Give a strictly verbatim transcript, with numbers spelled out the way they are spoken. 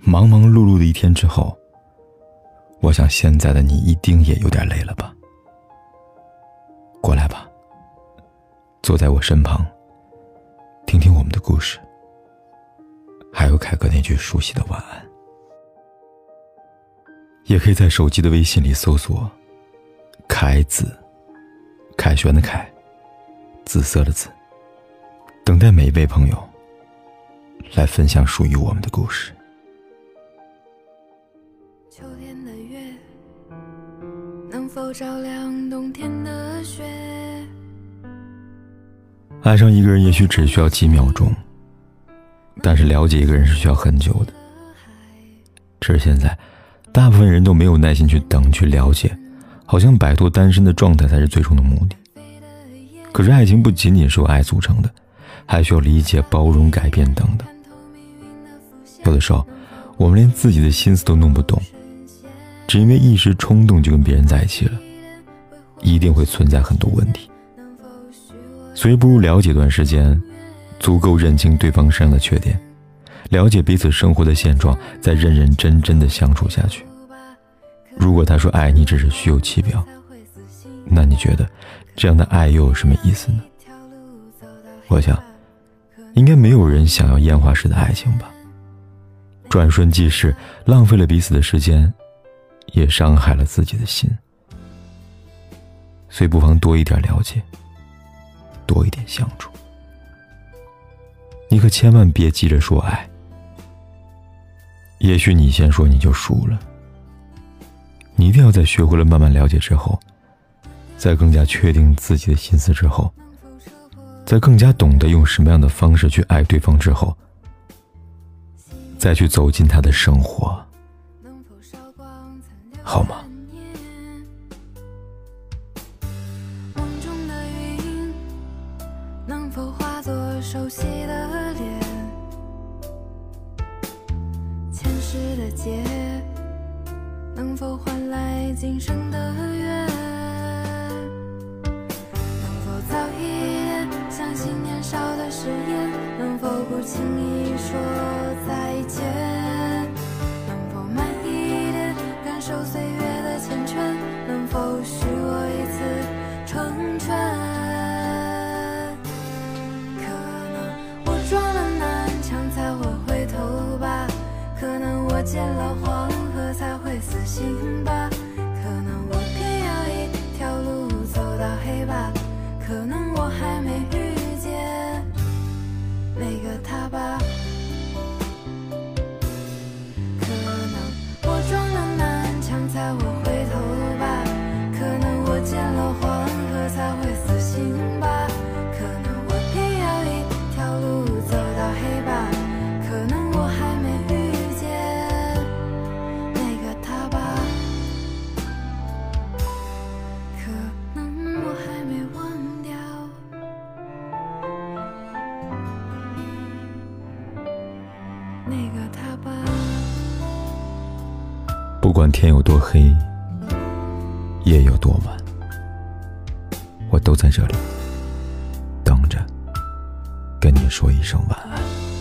忙忙碌碌的一天之后，我想现在的你一定也有点累了吧。过来吧，坐在我身旁，听听我们的故事，还有凯哥那句熟悉的晚安。也可以在手机的微信里搜索凯子，凯旋的凯，紫色的紫，等待每一位朋友来分享属于我们的故事。 秋天的月能否照亮冬天的雪？ 爱上一个人也许只需要几秒钟，但是了解一个人是需要很久的。只是现在大部分人都没有耐心去等，去了解，好像摆脱单身的状态才是最终的目的。可是爱情不仅仅是由爱组成的，还需要理解、包容、改变等等。有的时候我们连自己的心思都弄不懂，只因为一时冲动就跟别人在一起了，一定会存在很多问题。所以不如了解段时间，足够认清对方身上的缺点，了解彼此生活的现状，再认认真真的相处下去。如果他说爱你只是虚有其表，那你觉得这样的爱又有什么意思呢？我想应该没有人想要烟花式的爱情吧。转瞬即逝，浪费了彼此的时间，也伤害了自己的心。所以不妨多一点了解，多一点相处。你可千万别急着说爱，也许你先说你就输了。你一定要在学会了慢慢了解之后，在更加确定自己的心思之后，在更加懂得用什么样的方式去爱对方之后，再去走进他的生活，好吗？ 梦中的云能否化作熟悉的脸？前世的劫能否换来今生的缘？能否早一点相信年少的誓言？能否不轻易说再见？能否慢一点感受岁月的缱绻？能否许我一次成全？可能我撞了南墙才会回头吧，可能我见了黄河才会死心吧，可能我偏要一条路走到黑吧，可能我还没遇见那个他吧。可能我撞了南墙才会回头吧，可能我见了黄河才会死心吧，可能我偏要一条路走到黑吧，可能我还没遇见那个他吧，可能我还没忘掉那个他吧。 不管天有多黑，夜有多晚，我都在这里等着跟你说一声晚安。